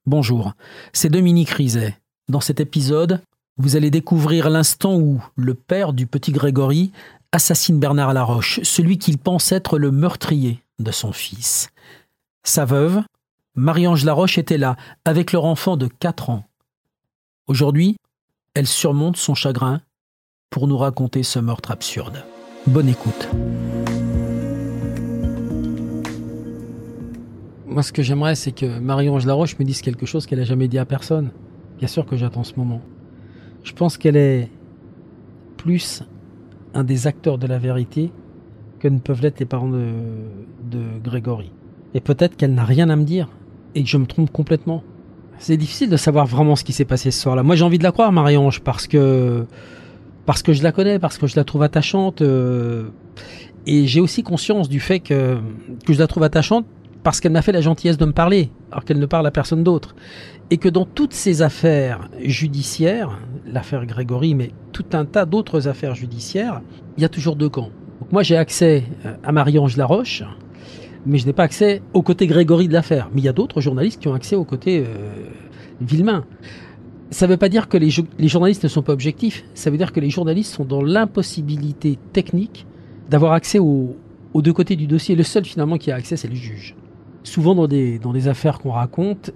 Bonjour, c'est Dominique Rizet. Dans cet épisode, vous allez découvrir l'instant où le père du petit Grégory assassine Bernard Laroche, celui qu'il pense être le meurtrier de son fils. Sa veuve, Marie-Ange Laroche, était là, avec leur enfant de 4 ans. Aujourd'hui, elle surmonte son chagrin pour nous raconter ce meurtre absurde. Bonne écoute. Moi, ce que j'aimerais, c'est que Marie-Ange Laroche me dise quelque chose qu'elle n'a jamais dit à personne. Bien sûr que j'attends ce moment. Je pense qu'elle est plus un des acteurs de la vérité que ne peuvent l'être les parents de Grégory. Et peut-être qu'elle n'a rien à me dire et que je me trompe complètement. C'est difficile de savoir vraiment ce qui s'est passé ce soir-là. Moi, j'ai envie de la croire, Marie-Ange, parce que je la connais, parce que je la trouve attachante. Et j'ai aussi conscience du fait que je la trouve attachante parce qu'elle m'a fait la gentillesse de me parler, alors qu'elle ne parle à personne d'autre. Et que dans toutes ces affaires judiciaires, l'affaire Grégory, mais tout un tas d'autres affaires judiciaires, il y a toujours deux camps. Donc moi, j'ai accès à Marie-Ange Laroche, mais je n'ai pas accès au côté Grégory de l'affaire. Mais il y a d'autres journalistes qui ont accès au côté Villemain. Ça ne veut pas dire que les journalistes ne sont pas objectifs. Ça veut dire que les journalistes sont dans l'impossibilité technique d'avoir accès aux deux côtés du dossier. Le seul finalement qui a accès, c'est le juge. Souvent dans des affaires qu'on raconte,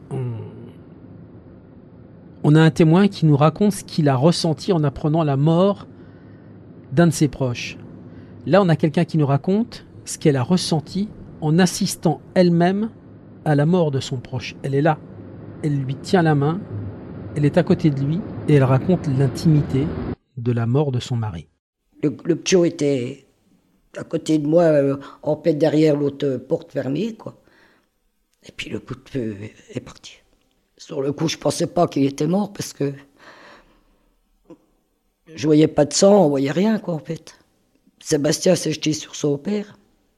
on a un témoin qui nous raconte ce qu'il a ressenti en apprenant la mort d'un de ses proches. Là, on a quelqu'un qui nous raconte ce qu'elle a ressenti en assistant elle-même à la mort de son proche. Elle est là, elle lui tient la main, elle est à côté de lui et elle raconte l'intimité de la mort de son mari. Le ptio était à côté de moi, en paix derrière l'autre porte fermée, quoi. Et puis le coup de feu est parti. Sur le coup, je pensais pas qu'il était mort parce que je voyais pas de sang, on voyait rien, quoi, en fait. Sébastien s'est jeté sur son père.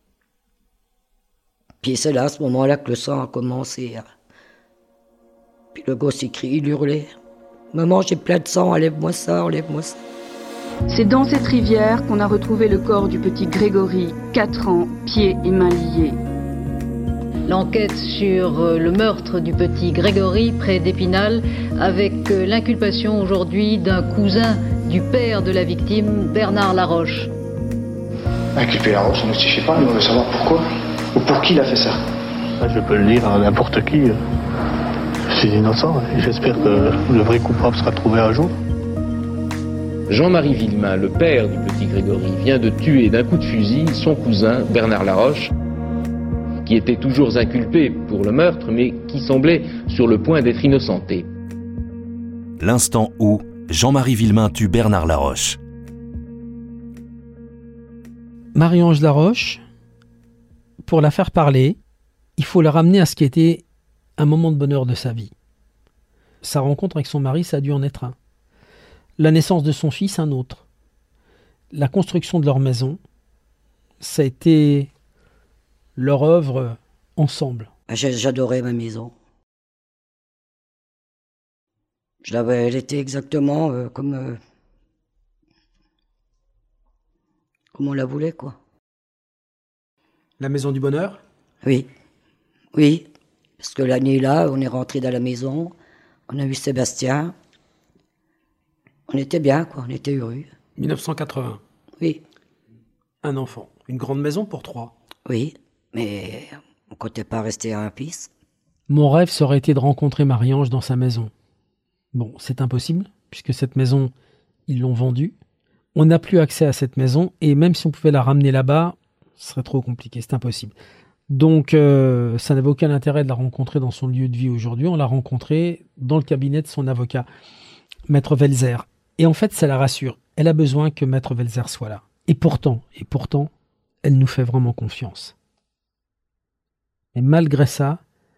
Puis c'est là, à ce moment-là, que le sang a commencé à... Puis le gosse, il hurlait. « Maman, j'ai plein de sang, enlève-moi ça, enlève-moi ça. » C'est dans cette rivière qu'on a retrouvé le corps du petit Grégory, 4 ans, pieds et mains liés. L'enquête sur le meurtre du petit Grégory près d'Épinal, avec l'inculpation aujourd'hui d'un cousin du père de la victime, Bernard Laroche. Inculper Laroche, on ne sait pas, mais on veut savoir pourquoi. Ou pour qui il a fait ça. Je peux le dire à n'importe qui. Je suis innocent et j'espère que le vrai coupable sera trouvé un jour. Jean-Marie Villemain, le père du petit Grégory, vient de tuer d'un coup de fusil son cousin Bernard Laroche, qui était toujours inculpé pour le meurtre, mais qui semblait sur le point d'être innocenté. L'instant où Jean-Marie Villemain tue Bernard Laroche. Marie-Ange Laroche, pour la faire parler, il faut la ramener à ce qui était un moment de bonheur de sa vie. Sa rencontre avec son mari, ça a dû en être un. La naissance de son fils, un autre. La construction de leur maison, ça a été leur œuvre ensemble. J'adorais ma maison. Elle était exactement comme on la voulait, quoi. La maison du bonheur ? Oui. Oui. Parce que l'année-là, on est rentré dans la maison, on a vu Sébastien. On était bien, quoi. On était heureux. 1980. Oui. Un enfant. Une grande maison pour 3. Oui. Mais on ne comptait pas rester à un pis. Mon rêve, ça aurait été de rencontrer Marie-Ange dans sa maison. Bon, c'est impossible, puisque cette maison, ils l'ont vendue. On n'a plus accès à cette maison, et même si on pouvait la ramener là-bas, ce serait trop compliqué, c'est impossible. Donc, ça n'avait aucun intérêt de la rencontrer dans son lieu de vie aujourd'hui. On l'a rencontrée dans le cabinet de son avocat, Maître Welzer. Et en fait, ça la rassure. Elle a besoin que Maître Welzer soit là. Et pourtant, elle nous fait vraiment confiance. Et malgré ça,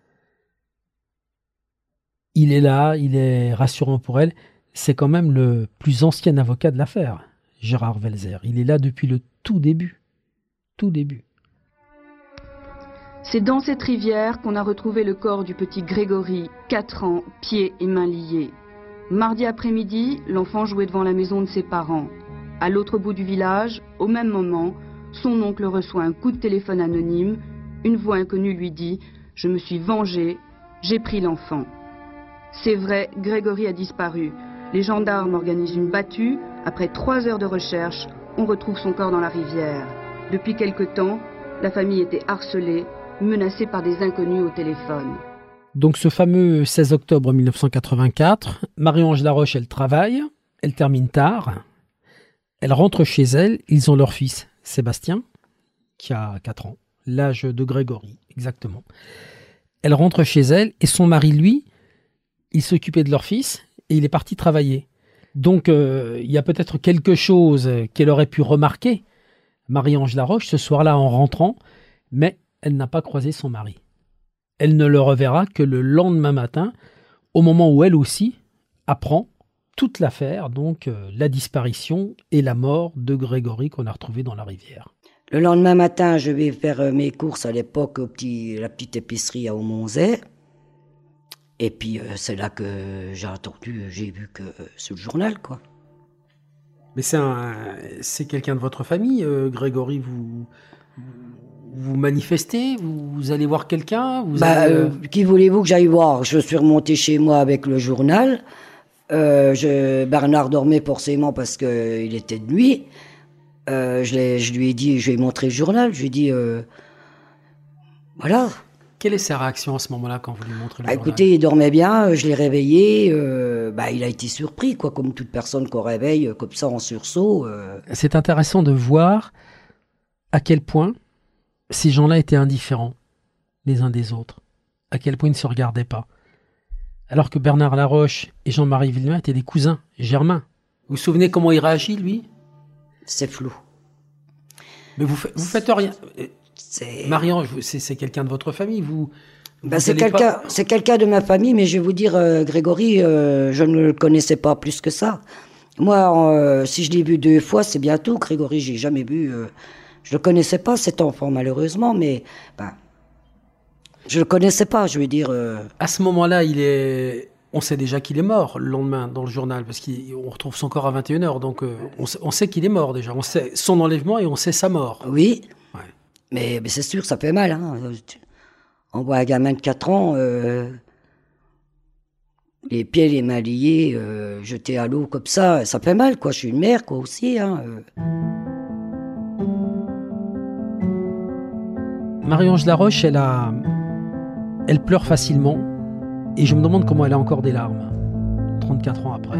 il est là, il est rassurant pour elle. C'est quand même le plus ancien avocat de l'affaire, Gérard Welzer. Il est là depuis le tout début. Tout début. C'est dans cette rivière qu'on a retrouvé le corps du petit Grégory, 4 ans, pieds et mains liés. Mardi après-midi, l'enfant jouait devant la maison de ses parents. À l'autre bout du village, au même moment, son oncle reçoit un coup de téléphone anonyme. Une voix inconnue lui dit « Je me suis vengé, j'ai pris l'enfant ». C'est vrai, Grégory a disparu. Les gendarmes organisent une battue. Après 3 heures de recherche, on retrouve son corps dans la rivière. Depuis quelque temps, la famille était harcelée, menacée par des inconnus au téléphone. Donc ce fameux 16 octobre 1984, Marie-Ange Laroche, elle travaille, elle termine tard, elle rentre chez elle, ils ont leur fils Sébastien, qui a 4 ans, l'âge de Grégory, exactement. Elle rentre chez elle et son mari, lui, il s'occupait de leur fils et il est parti travailler. Donc il y a peut-être quelque chose qu'elle aurait pu remarquer, Marie-Ange Laroche, ce soir-là en rentrant, mais elle n'a pas croisé son mari. Elle ne le reverra que le lendemain matin, au moment où elle aussi apprend toute l'affaire, donc la disparition et la mort de Grégory qu'on a retrouvé dans la rivière. Le lendemain matin, je vais faire mes courses à l'époque la petite épicerie à Aumonzay. Et puis c'est là que j'ai vu que c'est le journal, quoi. Mais c'est quelqu'un de votre famille, Grégory, vous manifestez, vous allez voir quelqu'un Qui voulez-vous que j'aille voir? Je suis remonté chez moi avec le journal. Bernard dormait forcément parce qu'il était de nuit. Je lui ai dit, je lui ai montré le journal. Je lui ai dit, voilà. Quelle est sa réaction à ce moment-là quand vous lui montrez le journal? Écoutez, il dormait bien, je l'ai réveillé. Il a été surpris, quoi, comme toute personne qu'on réveille comme ça en sursaut. C'est intéressant de voir à quel point ces gens-là étaient indifférents les uns des autres, à quel point ils ne se regardaient pas. Alors que Bernard Laroche et Jean-Marie Villemain étaient des cousins germains. Vous vous souvenez comment il réagit, lui? C'est flou. Mais vous faites rien. Marie-Ange, c'est quelqu'un de votre famille, c'est quelqu'un de ma famille, mais je vais vous dire, Grégory, je ne le connaissais pas plus que ça. Moi, si je l'ai vu 2 fois, c'est bien tout. Grégory, j'ai jamais vu... je le connaissais pas, cet enfant, malheureusement, mais... je le connaissais pas, je veux dire... À ce moment-là, on sait déjà qu'il est mort le lendemain dans le journal, parce qu'on retrouve son corps à 21h, donc on sait qu'il est mort déjà. On sait son enlèvement et on sait sa mort. Oui, ouais. mais c'est sûr, ça fait mal. Hein. On voit un gamin de 4 ans, les pieds, les mains liés, jetés à l'eau comme ça fait mal, quoi. Je suis une mère, quoi, aussi. Hein. Marie-Ange Laroche, elle pleure facilement. Et je me demande comment elle a encore des larmes, 34 ans après.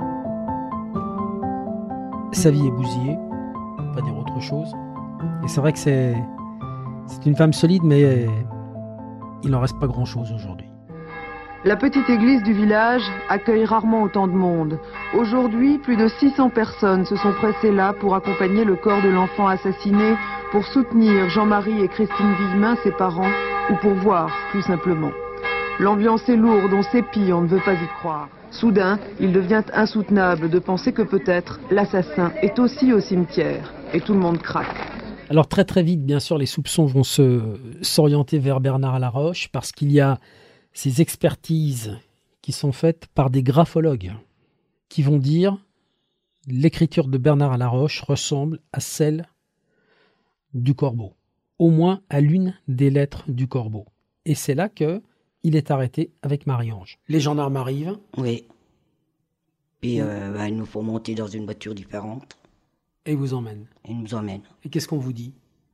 Sa vie est bousillée, pas dire autre chose. Et c'est vrai que c'est une femme solide, mais il n'en reste pas grand-chose aujourd'hui. La petite église du village accueille rarement autant de monde. Aujourd'hui, plus de 600 personnes se sont pressées là pour accompagner le corps de l'enfant assassiné, pour soutenir Jean-Marie et Christine Villemain, ses parents, ou pour voir, plus simplement. L'ambiance est lourde, on s'épie, on ne veut pas y croire. Soudain, il devient insoutenable de penser que peut-être l'assassin est aussi au cimetière. Et tout le monde craque. Alors très très vite, bien sûr, les soupçons vont s'orienter vers Bernard Laroche parce qu'il y a ces expertises qui sont faites par des graphologues qui vont dire l'écriture de Bernard Laroche ressemble à celle du corbeau, au moins à l'une des lettres du corbeau. Et c'est là qu'il est arrêté avec Marie-Ange. Les gendarmes arrivent. Oui. Puis ils nous font monter dans une voiture différente. Et ils vous emmènent. Ils nous emmènent. Et qu'est-ce qu'on vous dit?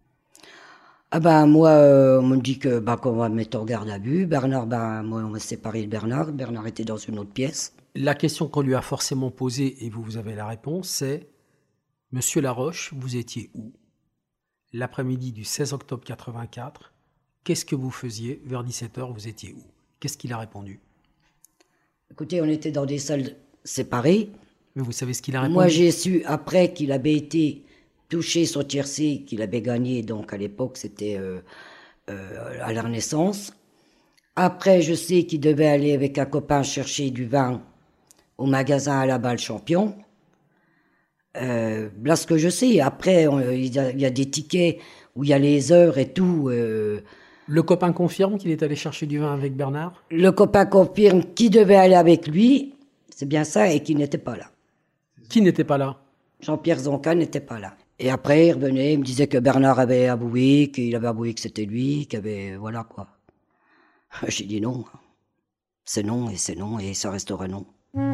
Moi, on me dit qu'on va me mettre en garde à vue. Bernard, moi, on m'a séparé de Bernard. Bernard était dans une autre pièce. La question qu'on lui a forcément posée, et vous avez la réponse, c'est « Monsieur Laroche, vous étiez où l'après-midi du 16 octobre 84, qu'est-ce que vous faisiez vers 17h, vous étiez où ?» Qu'est-ce qu'il a répondu? Écoutez, on était dans des salles séparées. Mais vous savez ce qu'il a répondu? Moi, j'ai su après qu'il avait été touché son tiercé, qu'il avait gagné, donc à l'époque, c'était à la Renaissance. Après, je sais qu'il devait aller avec un copain chercher du vin au magasin à la Balle Champion. Là, ce que je sais, après, il y a des tickets où il y a les heures et tout. Le copain confirme qu'il est allé chercher du vin avec Bernard? Le copain confirme qu'il devait aller avec lui, c'est bien ça, et qu'il n'était pas là. Qui n'était pas là? Jean-Pierre Zonca n'était pas là. Et après, il revenait, il me disait que Bernard avait avoué, qu'il avait avoué que c'était lui, qu'il avait... Voilà, quoi. J'ai dit non. C'est non, et ça restera non.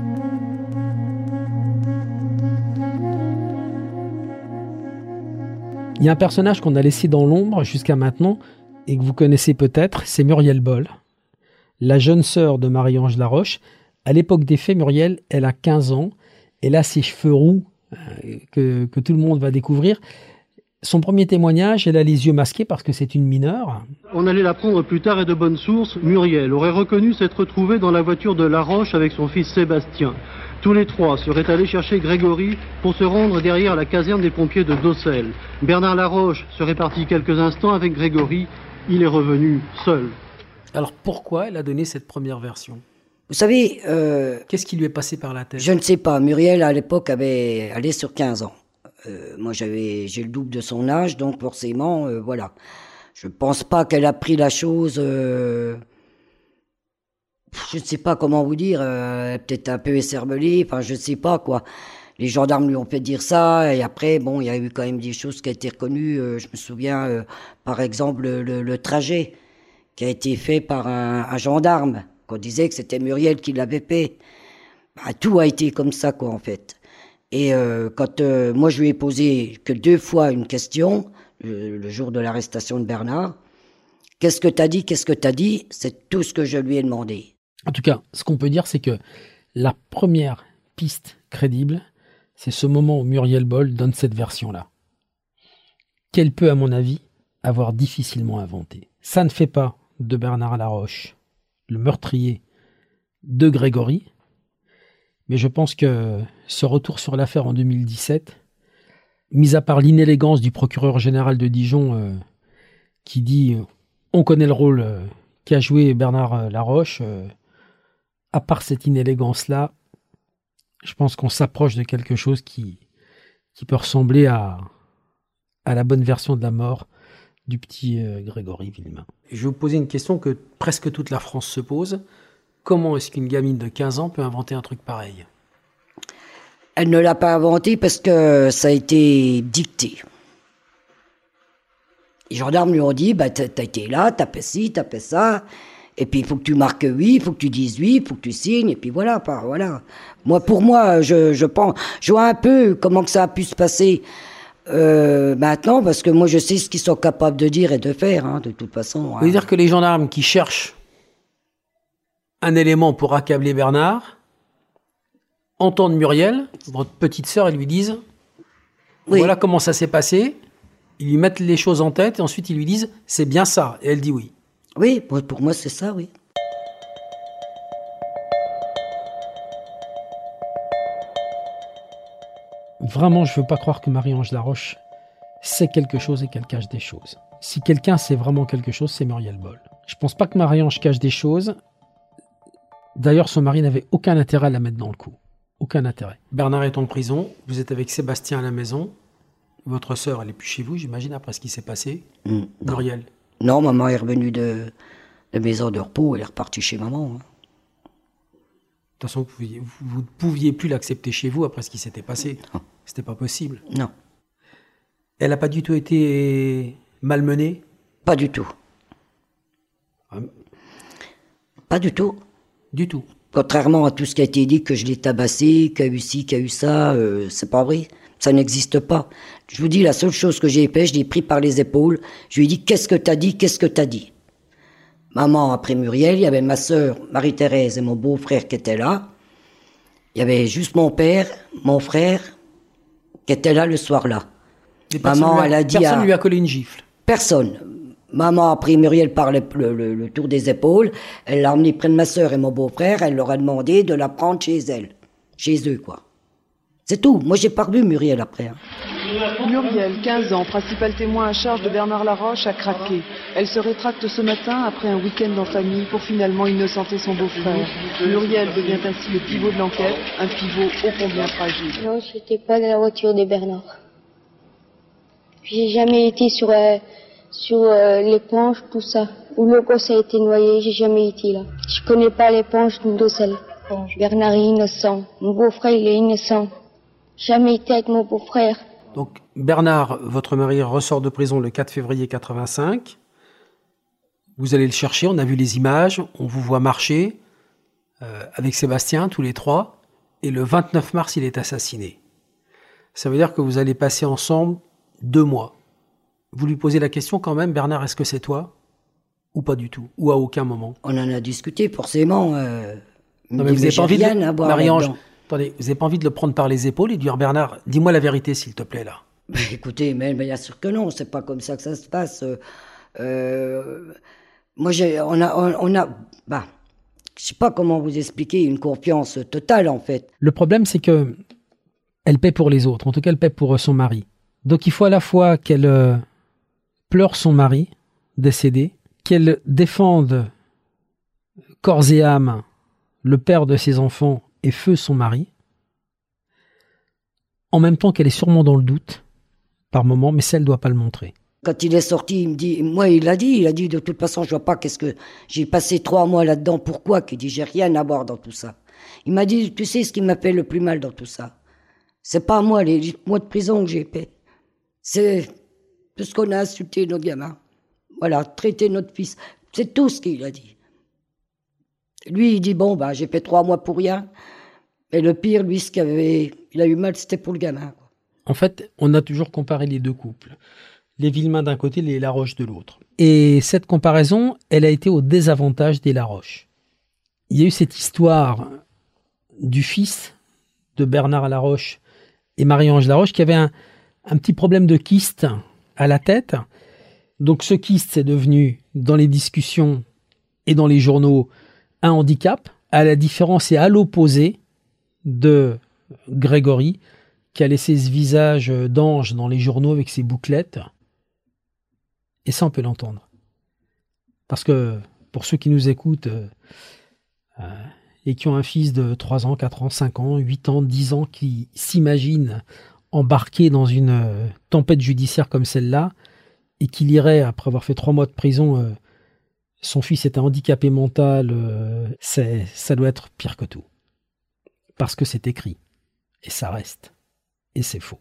Il y a un personnage qu'on a laissé dans l'ombre jusqu'à maintenant et que vous connaissez peut-être, c'est Muriel Boll, la jeune sœur de Marie-Ange Laroche. À l'époque des faits, Muriel, elle a 15 ans, elle a ses cheveux roux que tout le monde va découvrir. Son premier témoignage, elle a les yeux masqués parce que c'est une mineure. On allait l'apprendre plus tard et de bonne source, Muriel aurait reconnu s'être retrouvée dans la voiture de Laroche avec son fils Sébastien. Tous les trois seraient allés chercher Grégory pour se rendre derrière la caserne des pompiers de Docelles. Bernard Laroche serait parti quelques instants avec Grégory. Il est revenu seul. Alors pourquoi elle a donné cette première version ? Vous savez... Qu'est-ce qui lui est passé par la tête ? Je ne sais pas. Muriel, à l'époque, allait sur 15 ans. Moi, j'ai le double de son âge, donc forcément, voilà. Je ne pense pas qu'elle a pris la chose... je ne sais pas comment vous dire, peut-être un peu écervelée, enfin, je ne sais pas, quoi. Les gendarmes lui ont fait dire ça, et après, bon, il y a eu quand même des choses qui ont été reconnues. Je me souviens, par exemple, le trajet qui a été fait par un gendarme, qu'on disait que c'était Muriel qui l'avait fait. Bah, tout a été comme ça, quoi, en fait. Et quand moi, je lui ai posé que 2 fois une question, le jour de l'arrestation de Bernard, « Qu'est-ce que t'as dit ? Qu'est-ce que t'as dit ?» C'est tout ce que je lui ai demandé. En tout cas, ce qu'on peut dire, c'est que la première piste crédible, c'est ce moment où Muriel Boll donne cette version-là, qu'elle peut, à mon avis, avoir difficilement inventée. Ça ne fait pas de Bernard Laroche le meurtrier de Grégory, mais je pense que ce retour sur l'affaire en 2017, mis à part l'inélégance du procureur général de Dijon qui dit on connaît le rôle qu'a joué Bernard Laroche, à part cette inélégance-là, je pense qu'on s'approche de quelque chose qui peut ressembler à la bonne version de la mort du petit Grégory Villemain. Je vais vous poser une question que presque toute la France se pose. Comment est-ce qu'une gamine de 15 ans peut inventer un truc pareil ? Elle ne l'a pas inventé parce que ça a été dicté. Les gendarmes lui ont dit, bah, t'as été là, t'as fait ci, t'as fait ça, et puis il faut que tu marques oui, il faut que tu dises oui, il faut que tu signes, et puis voilà. Voilà. Pour moi, je pense, je vois un peu comment que ça a pu se passer maintenant, parce que moi je sais ce qu'ils sont capables de dire et de faire, hein, de toute façon. Vous voulez dire que les gendarmes qui cherchent un élément pour accabler Bernard entendent Muriel, votre petite sœur, et lui disent oui. Voilà comment ça s'est passé. Ils lui mettent les choses en tête et ensuite ils lui disent c'est bien ça. Et elle dit oui. Oui, pour moi c'est ça, oui. Vraiment, je ne veux pas croire que Marie-Ange Laroche sait quelque chose et qu'elle cache des choses. Si quelqu'un sait vraiment quelque chose, c'est Muriel Boll. Je ne pense pas que Marie-Ange cache des choses. D'ailleurs, son mari n'avait aucun intérêt à la mettre dans le coup. Aucun intérêt. Bernard est en prison, vous êtes avec Sébastien à la maison. Votre sœur, elle n'est plus chez vous, j'imagine, après ce qui s'est passé. Muriel. Non, maman est revenue de maison de repos, elle est repartie chez maman. Hein. De toute façon, vous ne pouviez plus l'accepter chez vous après ce qui s'était passé. Non. C'était pas possible. Non. Elle n'a pas du tout été malmenée ? Pas du tout. Pas du tout. Du tout. Contrairement à tout ce qui a été dit, que je l'ai tabassé, qu'il y a eu ci, qu'il y a eu ça, c'est pas vrai. Ça n'existe pas. Je vous dis, la seule chose que j'ai fait, je l'ai pris par les épaules. Je lui ai dit, qu'est-ce que t'as dit, qu'est-ce que t'as dit ? Maman, après Muriel, il y avait ma sœur, Marie-Thérèse, et mon beau-frère qui étaient là. Il y avait juste mon père, mon frère, qui étaient là le soir-là. Maman, elle a dit personne lui a collé une gifle. Personne. Maman a pris Muriel par le tour des épaules. Elle l'a emmenée près de ma sœur et mon beau-frère. Elle leur a demandé de la prendre chez elle. Chez eux, quoi. C'est tout. Moi, j'ai pas revu Muriel après. Hein. Muriel, 15 ans, principal témoin à charge de Bernard Laroche, a craqué. Elle se rétracte ce matin après un week-end en famille pour finalement innocenter son beau-frère. Muriel devient ainsi le pivot de l'enquête, un pivot ô combien fragile. Non, j'étais pas dans la voiture de Bernard. J'ai jamais été sur l'éponge, tout ça. Où le gosse a été noyé, j'ai jamais été là. Je connais pas l'éponge de Docelles. Bernard est innocent. Mon beau-frère, il est innocent. Jamais été avec mon beau-frère. Donc Bernard, votre mari, ressort de prison le 4 février 85. Vous allez le chercher, on a vu les images, on vous voit marcher. avec Sébastien, tous les trois, et le 29 mars, il est assassiné. Ça veut dire que vous allez passer ensemble 2 mois. Vous lui posez la question quand même, Bernard, est-ce que c'est toi? Ou pas du tout? Ou à aucun moment? On en a discuté, forcément. Non, mais vous n'avez pas envie de... Marie-Ange, attendez, vous n'avez pas envie de le prendre par les épaules et de dire, Bernard, dis-moi la vérité, s'il te plaît, là. Écoutez, mais bien sûr que non, c'est pas comme ça que ça se passe. Moi, je sais pas comment vous expliquer, une confiance totale, en fait. Le problème, c'est que elle paie pour les autres. En tout cas, elle paie pour son mari. Donc, il faut à la fois qu'elle pleure son mari décédé, qu'elle défende corps et âme le père de ses enfants et feu son mari, en même temps qu'elle est sûrement dans le doute, par moment, mais ça, elle ne doit pas le montrer. Quand il est sorti, il me dit, moi, il a dit, de toute façon, je vois pas qu'est-ce que, j'ai passé 3 mois là-dedans, pourquoi? Il dit, j'ai rien à voir dans tout ça. Il m'a dit, tu sais ce qui m'a fait le plus mal dans tout ça? C'est pas moi, les 8 mois de prison que j'ai fait. C'est parce qu'on a insulté nos gamins. Voilà, traité notre fils. C'est tout ce qu'il a dit. Lui, il dit, bon, j'ai fait 3 mois pour rien. Mais le pire, lui, il a eu mal, c'était pour le gamin, quoi. En fait, on a toujours comparé les 2 couples. Les Villemain d'un côté, les Laroche de l'autre. Et cette comparaison, elle a été au désavantage des Laroche. Il y a eu cette histoire du fils de Bernard Laroche et Marie-Ange Laroche qui avait un petit problème de kyste à la tête. Donc ce kyste, c'est devenu, dans les discussions et dans les journaux, un handicap, à la différence et à l'opposé de Grégory, qui a laissé ce visage d'ange dans les journaux avec ses bouclettes. Et ça, on peut l'entendre. Parce que, pour ceux qui nous écoutent et qui ont un fils de 3 ans, 4 ans, 5 ans, 8 ans, 10 ans, qui s'imaginent embarqué dans une tempête judiciaire comme celle-là, et qu'il irait, après avoir fait 3 mois de prison, son fils était handicapé mental, ça doit être pire que tout. Parce que c'est écrit. Et ça reste. Et c'est faux.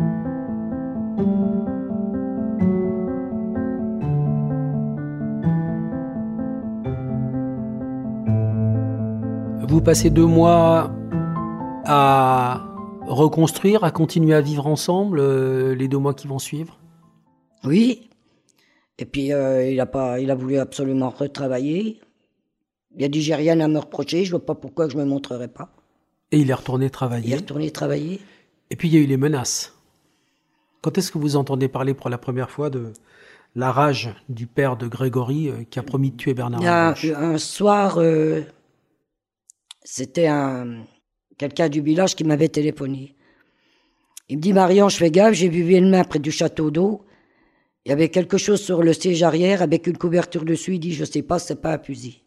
Vous passez 2 mois à reconstruire, à continuer à vivre ensemble les 2 mois qui vont suivre? Oui. Et puis, il a voulu absolument retravailler. Il a dit, j'ai rien à me reprocher, je vois pas pourquoi je me montrerai pas. Et il est retourné travailler. Et puis, il y a eu les menaces. Quand est-ce que vous entendez parler pour la première fois de la rage du père de Grégory qui a promis de tuer Bernard Laroche? Un soir, c'était quelqu'un du village qui m'avait téléphoné. Il me dit, Marie-Ange, fais gaffe, j'ai vu Villemain près du château d'eau. Il y avait quelque chose sur le siège arrière avec une couverture dessus. Il dit, je sais pas, c'est pas un fusil.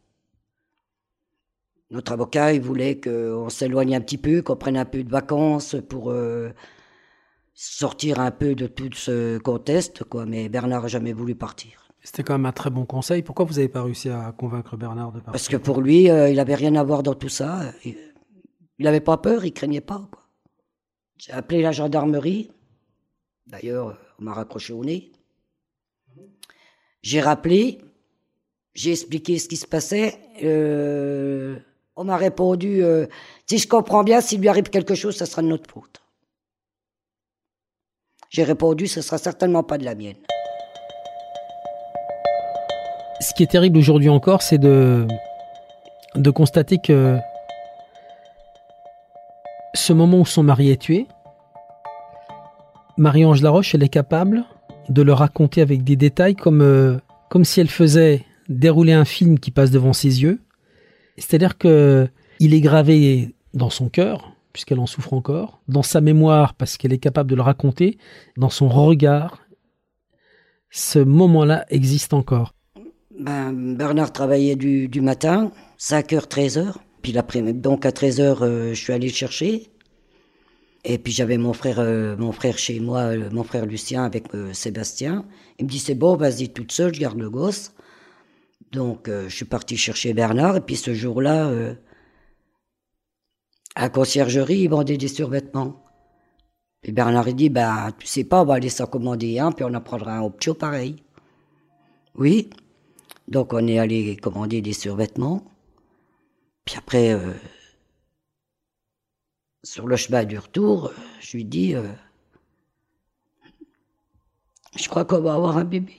Notre avocat, il voulait qu'on s'éloigne un petit peu, qu'on prenne un peu de vacances pour sortir un peu de tout ce contexte, quoi. Mais Bernard n'a jamais voulu partir. C'était quand même un très bon conseil. Pourquoi vous n'avez pas réussi à convaincre Bernard de partir? Parce que pour lui, il n'avait rien à voir dans tout ça. Il n'avait pas peur, il craignait pas, quoi. J'ai appelé la gendarmerie. D'ailleurs, on m'a raccroché au nez. J'ai rappelé, j'ai expliqué ce qui se passait. On m'a répondu, si je comprends bien, s'il lui arrive quelque chose, ça sera de notre faute. J'ai répondu, ce sera certainement pas de la mienne. Ce qui est terrible aujourd'hui encore, c'est de constater que ce moment où son mari est tué, Marie-Ange Laroche, elle est capable de le raconter avec des détails comme si elle faisait dérouler un film qui passe devant ses yeux. C'est-à-dire qu'il est gravé dans son cœur, puisqu'elle en souffre encore, dans sa mémoire, parce qu'elle est capable de le raconter, dans son regard. Ce moment-là existe encore. Bernard travaillait du matin, 5h, 13h. Puis l'après-midi, donc à 13h, je suis allé le chercher. Et puis j'avais mon frère chez moi, mon frère Lucien avec Sébastien. Il me dit, c'est bon, vas-y toute seule, je garde le gosse. Donc je suis parti chercher Bernard. Et puis ce jour-là, à la conciergerie, ils vendaient des survêtements. Puis Bernard, il dit, tu sais pas, on va aller s'en commander un, puis on en prendra un au ptio pareil. Oui. Donc on est allé commander des survêtements. Puis après, sur le chemin du retour, je lui dis, je crois qu'on va avoir un bébé.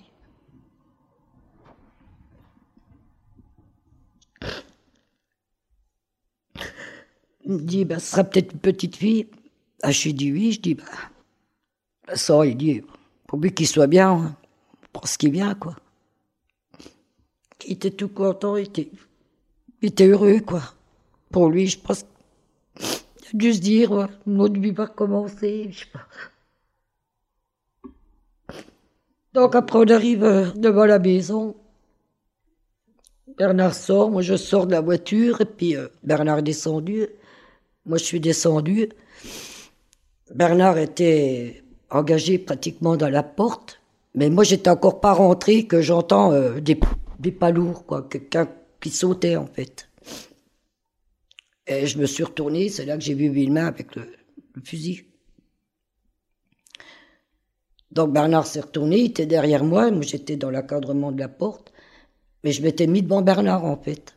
Il me dit, ce sera peut-être une petite fille. Ah, je lui dis oui, je dis, ça, il dit, pour lui qu'il soit bien, hein, pour ce qui vient, quoi. Il était tout content, il était heureux, quoi. Pour lui, je pense qu'il a dû se dire, ouais, notre vie va recommencer, je sais pas. Donc après, on arrive devant la maison. Bernard sort, moi je sors de la voiture, et puis Bernard est descendu. Moi je suis descendu. Bernard était engagé pratiquement dans la porte, mais moi j'étais encore pas rentré que j'entends des pas lourds, quoi, quelqu'un qui sautait en fait. Et je me suis retourné, c'est là que j'ai vu Vilma avec le fusil. Donc Bernard s'est retourné, il était derrière moi j'étais dans l'encadrement de la porte, mais je m'étais mis devant Bernard en fait.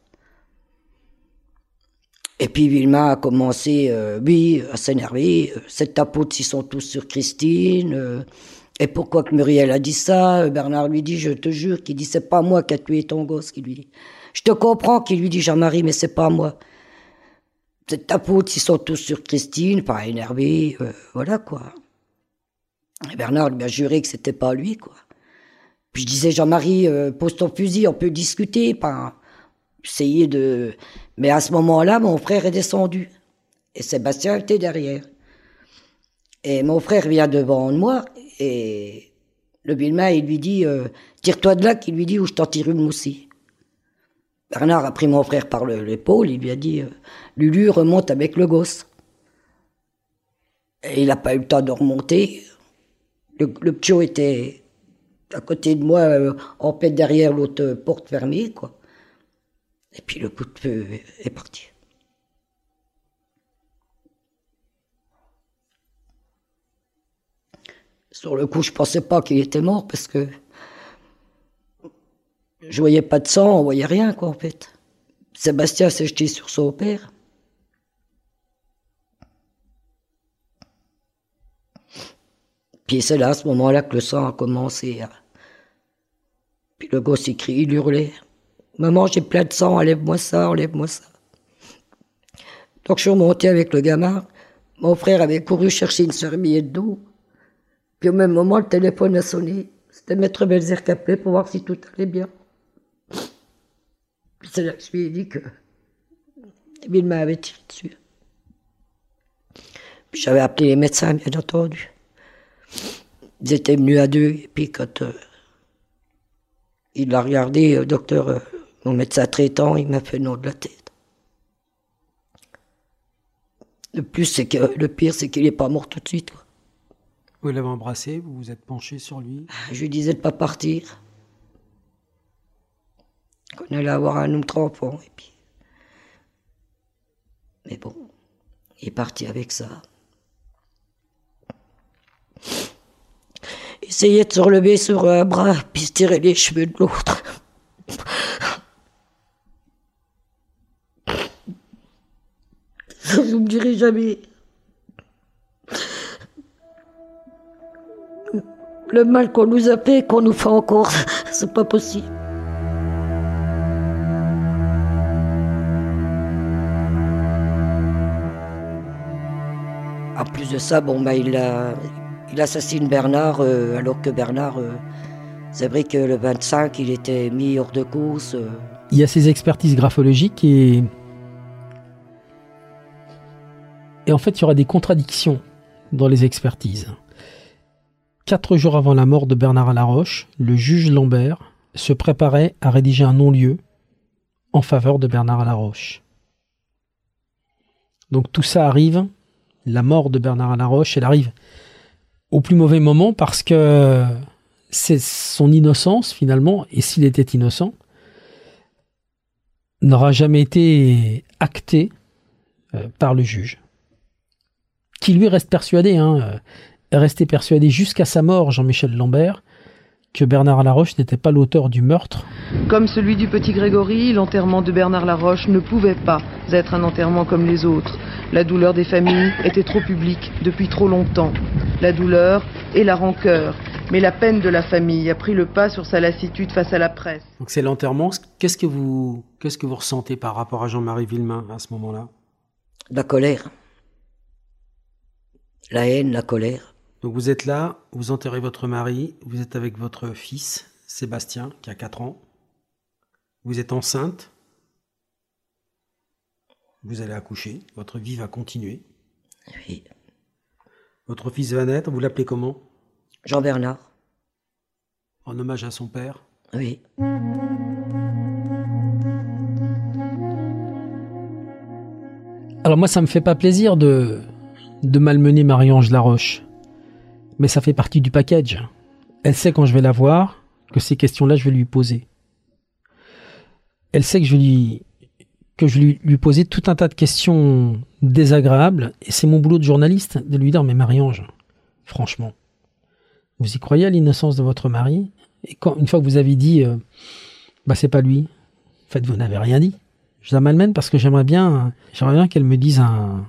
Et puis Vilma a commencé, à s'énerver, cette tapote, ils sont tous sur Christine, et pourquoi que Muriel a dit ça? Bernard lui dit, je te jure, qu'il dit, c'est pas moi qui a tué ton gosse, qu'il lui dit. Je te comprends, qu'il lui dit, Jean-Marie, mais c'est pas moi. Cette tapote, ils sont tous sur Christine, pas énervé, voilà quoi. Et Bernard lui a juré que c'était pas lui, quoi. Puis je disais, Jean-Marie, pose ton fusil, on peut discuter, pas essayer de... Mais à ce moment-là, mon frère est descendu. Et Sébastien était derrière. Et mon frère vient devant moi, et le Vilma, il lui dit, tire-toi de là, qu'il lui dit, ou je t'en tire une aussi. Bernard a pris mon frère par l'épaule, il lui a dit, Lulu, remonte avec le gosse. Et il n'a pas eu le temps de remonter. Le ptio était à côté de moi, en paix derrière l'autre porte fermée, quoi. Et puis le coup de feu est parti. Sur le coup, je pensais pas qu'il était mort parce que je voyais pas de sang, on voyait rien, quoi, en fait. Sébastien s'est jeté sur son père. Puis c'est là, à ce moment-là, que le sang a commencé à... Puis le gosse, il hurlait. Maman, j'ai plein de sang, enlève-moi ça, enlève-moi ça. Donc je suis remontée avec le gamin. Mon frère avait couru chercher une serviette d'eau. Puis au même moment, le téléphone a sonné. C'était Maître Belzer qui appelait pour voir si tout allait bien. Puis c'est là que je lui ai dit que Vilma avait tiré dessus. Puis j'avais appelé les médecins, bien entendu. Ils étaient venus à deux, et puis quand il l'a regardé, docteur, mon médecin traitant, il m'a fait le nom de la tête. Le pire, c'est qu'il n'est pas mort tout de suite, quoi. Vous l'avez embrassé, vous vous êtes penché sur lui? Je lui disais de ne pas partir. Qu'on allait avoir un autre enfant, et puis... Mais bon, il est parti avec ça. Essayait de se relever sur un bras, puis se tirer les cheveux de l'autre. Je ne me dirai jamais le mal qu'on nous a fait, qu'on nous fait encore. C'est pas possible. En plus de ça, il assassine Bernard, alors que Bernard, c'est vrai que le 25, il était mis hors de cause. Il y a ces expertises graphologiques et en fait, il y aura des contradictions dans les expertises. 4 jours avant la mort de Bernard Laroche, le juge Lambert se préparait à rédiger un non-lieu en faveur de Bernard Laroche. Donc tout ça arrive, la mort de Bernard Laroche, elle arrive au plus mauvais moment parce que c'est son innocence finalement, et s'il était innocent, n'aura jamais été actée par le juge. Qui lui reste persuadé, resté persuadé jusqu'à sa mort, Jean-Michel Lambert, que Bernard Laroche n'était pas l'auteur du meurtre. Comme celui du petit Grégory, l'enterrement de Bernard Laroche ne pouvait pas être un enterrement comme les autres. La douleur des familles était trop publique depuis trop longtemps. La douleur et la rancœur. Mais la peine de la famille a pris le pas sur sa lassitude face à la presse. Donc c'est l'enterrement. Qu'est-ce que vous ressentez par rapport à Jean-Marie Villemain à ce moment-là? La colère. La haine, la colère. Donc vous êtes là, vous enterrez votre mari, vous êtes avec votre fils, Sébastien, qui a 4 ans. Vous êtes enceinte. Vous allez accoucher. Votre vie va continuer. Oui. Votre fils va naître. Vous l'appelez comment? Jean-Bernard. En hommage à son père? Oui. Alors moi, ça me fait pas plaisir de malmener Marie-Ange Laroche. Mais ça fait partie du package. Elle sait quand je vais la voir que ces questions-là, je vais lui poser. Elle sait que je vais lui poser tout un tas de questions désagréables. Et c'est mon boulot de journaliste de lui dire, mais Marie-Ange, franchement, vous y croyez à l'innocence de votre mari? Et une fois que vous avez dit, c'est pas lui, en fait, vous n'avez rien dit. Je la malmène parce que j'aimerais bien qu'elle me dise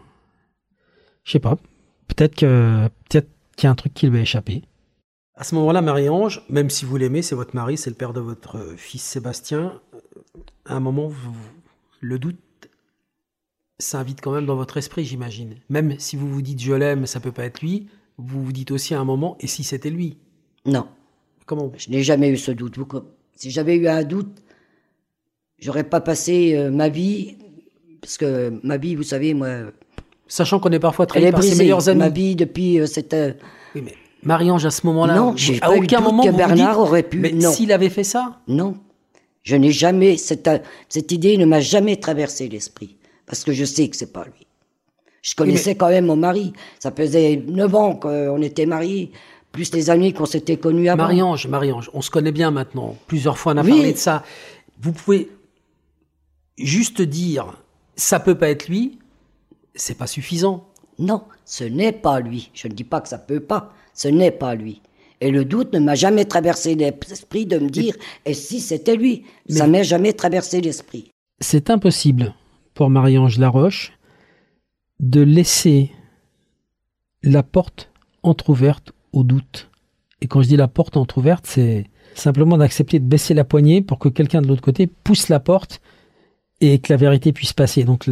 je sais pas, peut-être qu'il y a un truc qui lui a échappé. À ce moment-là, Marie-Ange, même si vous l'aimez, c'est votre mari, c'est le père de votre fils Sébastien, à un moment, le doute s'invite quand même dans votre esprit, j'imagine. Même si vous vous dites « je l'aime, ça peut pas être lui », vous vous dites aussi à un moment « et si c'était lui » ? Non. Comment ? Je n'ai jamais eu ce doute. Si j'avais eu un doute, j'aurais pas passé ma vie, parce que ma vie, vous savez, moi... Sachant qu'on est parfois trahi par ses meilleurs amis. Ma vie depuis cette... Oui, mais Marie-Ange, à ce moment-là, non, j'ai à pas aucun eu moment que vous Bernard vous dites, aurait pu... Mais non. S'il avait fait ça ? Non. Je n'ai jamais... Cette idée ne m'a jamais traversé l'esprit. Parce que je sais que c'est pas lui. Je connaissais quand même mon mari. Ça faisait 9 ans qu'on était mariés, plus les années qu'on s'était connus avant. Marie-Ange, on se connaît bien maintenant. Plusieurs fois, on a parlé de ça. Vous pouvez juste dire, ça peut pas être lui, c'est pas suffisant. Non, ce n'est pas lui. Je ne dis pas que ça peut pas. Ce n'est pas lui. Et le doute ne m'a jamais traversé l'esprit de me dire, et si c'était lui? Ça ne m'est jamais traversé l'esprit. C'est impossible pour Marie-Ange Laroche de laisser la porte entrouverte au doute. Et quand je dis la porte entrouverte, c'est simplement d'accepter de baisser la poignée pour que quelqu'un de l'autre côté pousse la porte et que la vérité puisse passer. Donc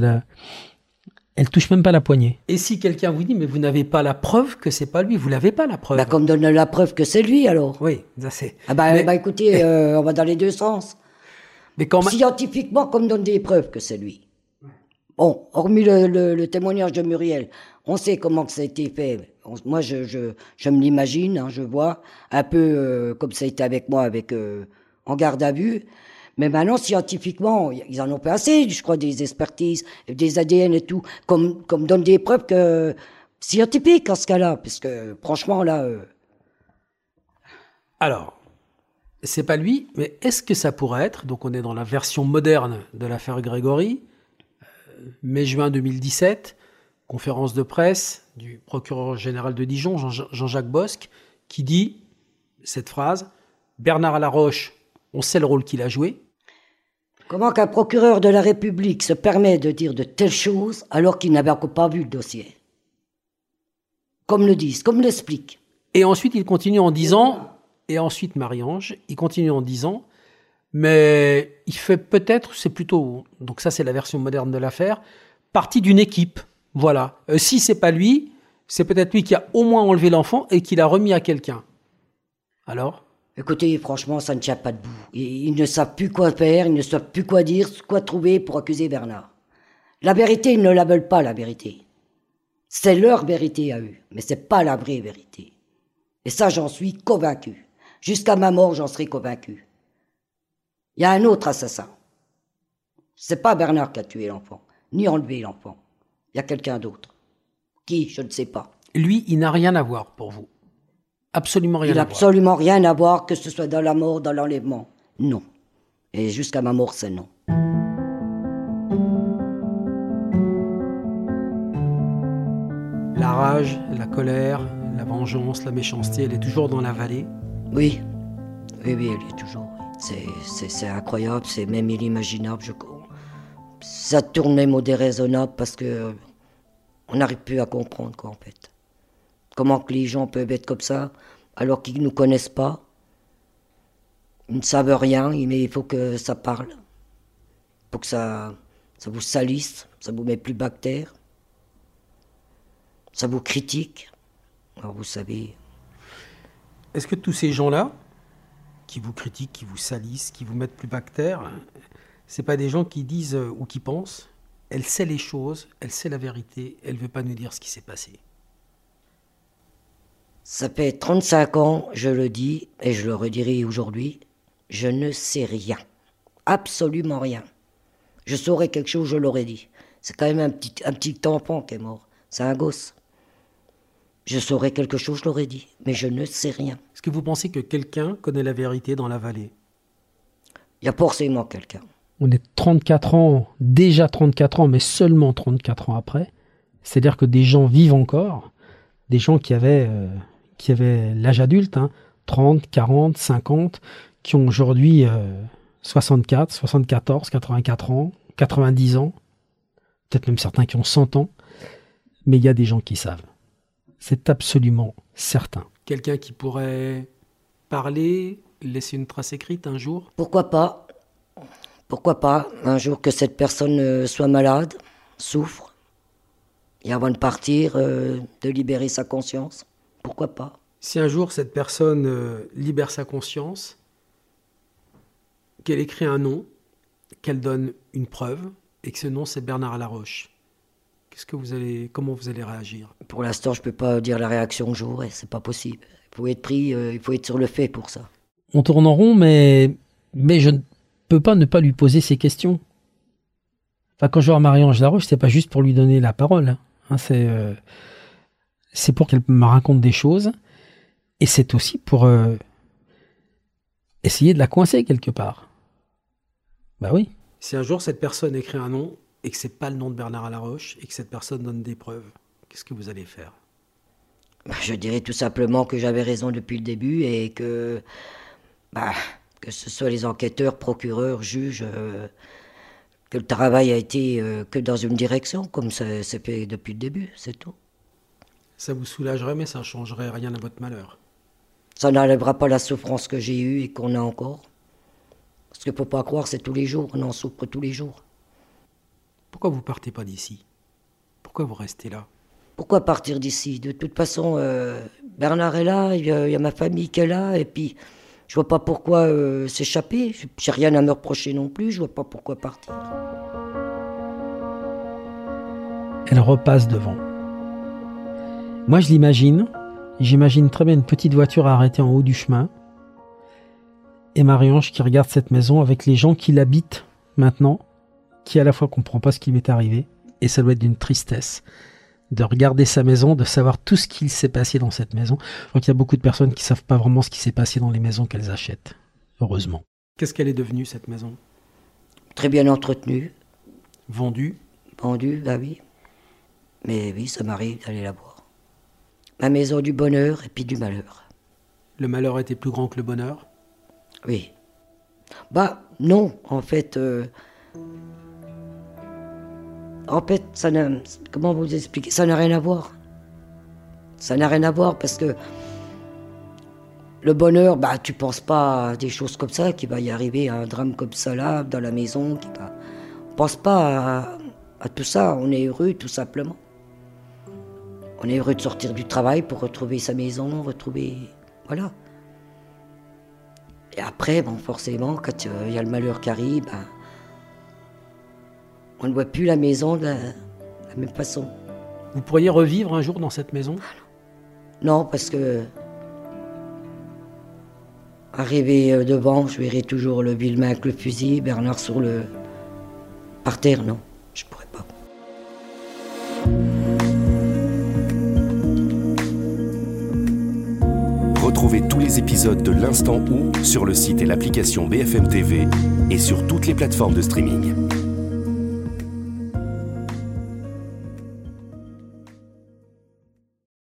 elle touche même pas la poignée. Et si quelqu'un vous dit, mais vous n'avez pas la preuve que c'est pas lui, vous l'avez pas la preuve. Qu'on me donne la preuve que c'est lui alors. Oui, ça c'est. Écoutez, on va dans les deux sens. Mais scientifiquement, qu'on me donne des preuves que c'est lui. Bon, hormis le témoignage de Muriel, on sait comment que ça a été fait. Moi, je me l'imagine, je vois un peu comme ça a été avec moi, en garde à vue. Mais maintenant, scientifiquement, ils en ont pas assez, je crois, des expertises, des ADN et tout, comme donne des preuves scientifiques en ce cas-là, parce que franchement, là... Alors, c'est pas lui, mais est-ce que ça pourrait être, donc on est dans la version moderne de l'affaire Grégory, mai-juin 2017, conférence de presse du procureur général de Dijon, Jean-Jacques Bosque, qui dit cette phrase, Bernard Laroche, on sait le rôle qu'il a joué. Comment qu'un procureur de la République se permet de dire de telles choses alors qu'il n'avait encore pas vu le dossier? Comme le disent, comme l'expliquent. Et ensuite, il continue en disant, et ensuite Marie-Ange, il continue en disant, mais il fait peut-être, c'est plutôt, donc ça c'est la version moderne de l'affaire, partie d'une équipe. Voilà. Si c'est pas lui, c'est peut-être lui qui a au moins enlevé l'enfant et qui l'a remis à quelqu'un. Alors ? Écoutez, franchement, ça ne tient pas debout. Ils ne savent plus quoi faire, ils ne savent plus quoi dire, quoi trouver pour accuser Bernard. La vérité, ils ne la veulent pas, la vérité. C'est leur vérité à eux, mais c'est pas la vraie vérité. Et ça, j'en suis convaincu. Jusqu'à ma mort, j'en serai convaincu. Il y a un autre assassin. C'est pas Bernard qui a tué l'enfant, ni enlevé l'enfant. Il y a quelqu'un d'autre. Qui, je ne sais pas. Lui, il n'a rien à voir pour vous. Absolument rien à voir. Il n'a absolument rien à voir, que ce soit dans la mort, dans l'enlèvement. Non. Et jusqu'à ma mort, c'est non. La rage, la colère, la vengeance, la méchanceté, elle est toujours dans la vallée. Oui. Oui, elle est toujours. C'est incroyable, c'est même inimaginable. Ça tourne même au déraisonnable parce que on n'arrive plus à comprendre, quoi, en fait. Comment que les gens peuvent être comme ça alors qu'ils ne nous connaissent pas. Ils ne savent rien, mais il faut que ça parle. Il faut que ça vous salisse, ça vous met plus bactère. Ça vous critique. Alors vous savez. Est-ce que tous ces gens-là, qui vous critiquent, qui vous salissent, qui vous mettent plus bactère, c'est pas des gens qui disent ou qui pensent, elle sait les choses, elle sait la vérité, elle veut pas nous dire ce qui s'est passé. Ça fait 35 ans, je le dis, et je le redirai aujourd'hui, je ne sais rien. Absolument rien. Je saurais quelque chose, je l'aurais dit. C'est quand même un petit enfant qui est mort. C'est un gosse. Je saurais quelque chose, je l'aurais dit, mais je ne sais rien. Est-ce que vous pensez que quelqu'un connaît la vérité dans la vallée ? Il y a forcément quelqu'un. On est 34 ans, déjà 34 ans, mais seulement 34 ans après. C'est-à-dire que des gens vivent encore, des gens qui avaient l'âge adulte, 30, 40, 50, qui ont aujourd'hui 64, 74, 84 ans, 90 ans, peut-être même certains qui ont 100 ans, mais il y a des gens qui savent. C'est absolument certain. Quelqu'un qui pourrait parler, laisser une trace écrite un jour ? Pourquoi pas ? Pourquoi pas un jour que cette personne soit malade, souffre, et avant de partir, de libérer sa conscience. Pourquoi pas ? Si un jour cette personne libère sa conscience, qu'elle écrit un nom, qu'elle donne une preuve, et que ce nom c'est Bernard Laroche, comment vous allez réagir ? Pour l'instant, je ne peux pas dire la réaction que j'aurai, c'est pas possible. Il faut être pris, il faut être sur le fait pour ça. On tourne en rond, mais je ne peux pas ne pas lui poser ces questions. Enfin, quand je vois Marie-Ange Laroche, c'est pas juste pour lui donner la parole. C'est pour qu'elle me raconte des choses, et c'est aussi pour essayer de la coincer quelque part. Bah oui. Si un jour cette personne écrit un nom, et que c'est pas le nom de Bernard Laroche, et que cette personne donne des preuves, qu'est-ce que vous allez faire ? Je dirais tout simplement que j'avais raison depuis le début, et que ce soit les enquêteurs, procureurs, juges, que le travail a été que dans une direction, comme c'est fait depuis le début, c'est tout. Ça vous soulagerait, mais ça ne changerait rien à votre malheur. Ça n'enlèvera pas la souffrance que j'ai eue et qu'on a encore. Parce qu'il ne faut pas croire, c'est tous les jours, on en souffre tous les jours. Pourquoi vous partez pas d'ici ? Pourquoi vous restez là ? Pourquoi partir d'ici ? De toute façon, Bernard est là, il y a ma famille qui est là, et puis je vois pas pourquoi s'échapper. J'ai rien à me reprocher non plus, je vois pas pourquoi partir. Elle repasse devant. Moi, je l'imagine. J'imagine très bien une petite voiture arrêtée en haut du chemin. Et Marie-Ange qui regarde cette maison avec les gens qui l'habitent maintenant, qui à la fois comprend pas ce qui lui est arrivé, et ça doit être d'une tristesse de regarder sa maison, de savoir tout ce qu'il s'est passé dans cette maison. Je crois qu'il y a beaucoup de personnes qui savent pas vraiment ce qui s'est passé dans les maisons qu'elles achètent, heureusement. Qu'est-ce qu'elle est devenue, cette maison ? Très bien entretenue. Vendue ? Vendue, bah oui. Mais oui, ça m'arrive d'aller la voir. Ma maison du bonheur et puis du malheur. Le malheur était plus grand que le bonheur ? Oui. Non, en fait... ça n'a... Comment vous expliquer ? Ça n'a rien à voir. Ça n'a rien à voir parce que... Le bonheur, tu penses pas à des choses comme ça, qu'il va y arriver un drame comme ça là, dans la maison. On pense pas à tout ça, on est heureux tout simplement. On est heureux de sortir du travail pour retrouver sa maison, Voilà. Et après, forcément, quand il y a le malheur qui arrive, on ne voit plus la maison de la même façon. Vous pourriez revivre un jour dans cette maison ? Non, parce que... Arrivé devant, je verrai toujours le Villemain avec le fusil, Bernard sur le... Par terre, non, je pourrais pas. Retrouvez tous les épisodes de l'Instant Où sur le site et l'application BFM TV et sur toutes les plateformes de streaming.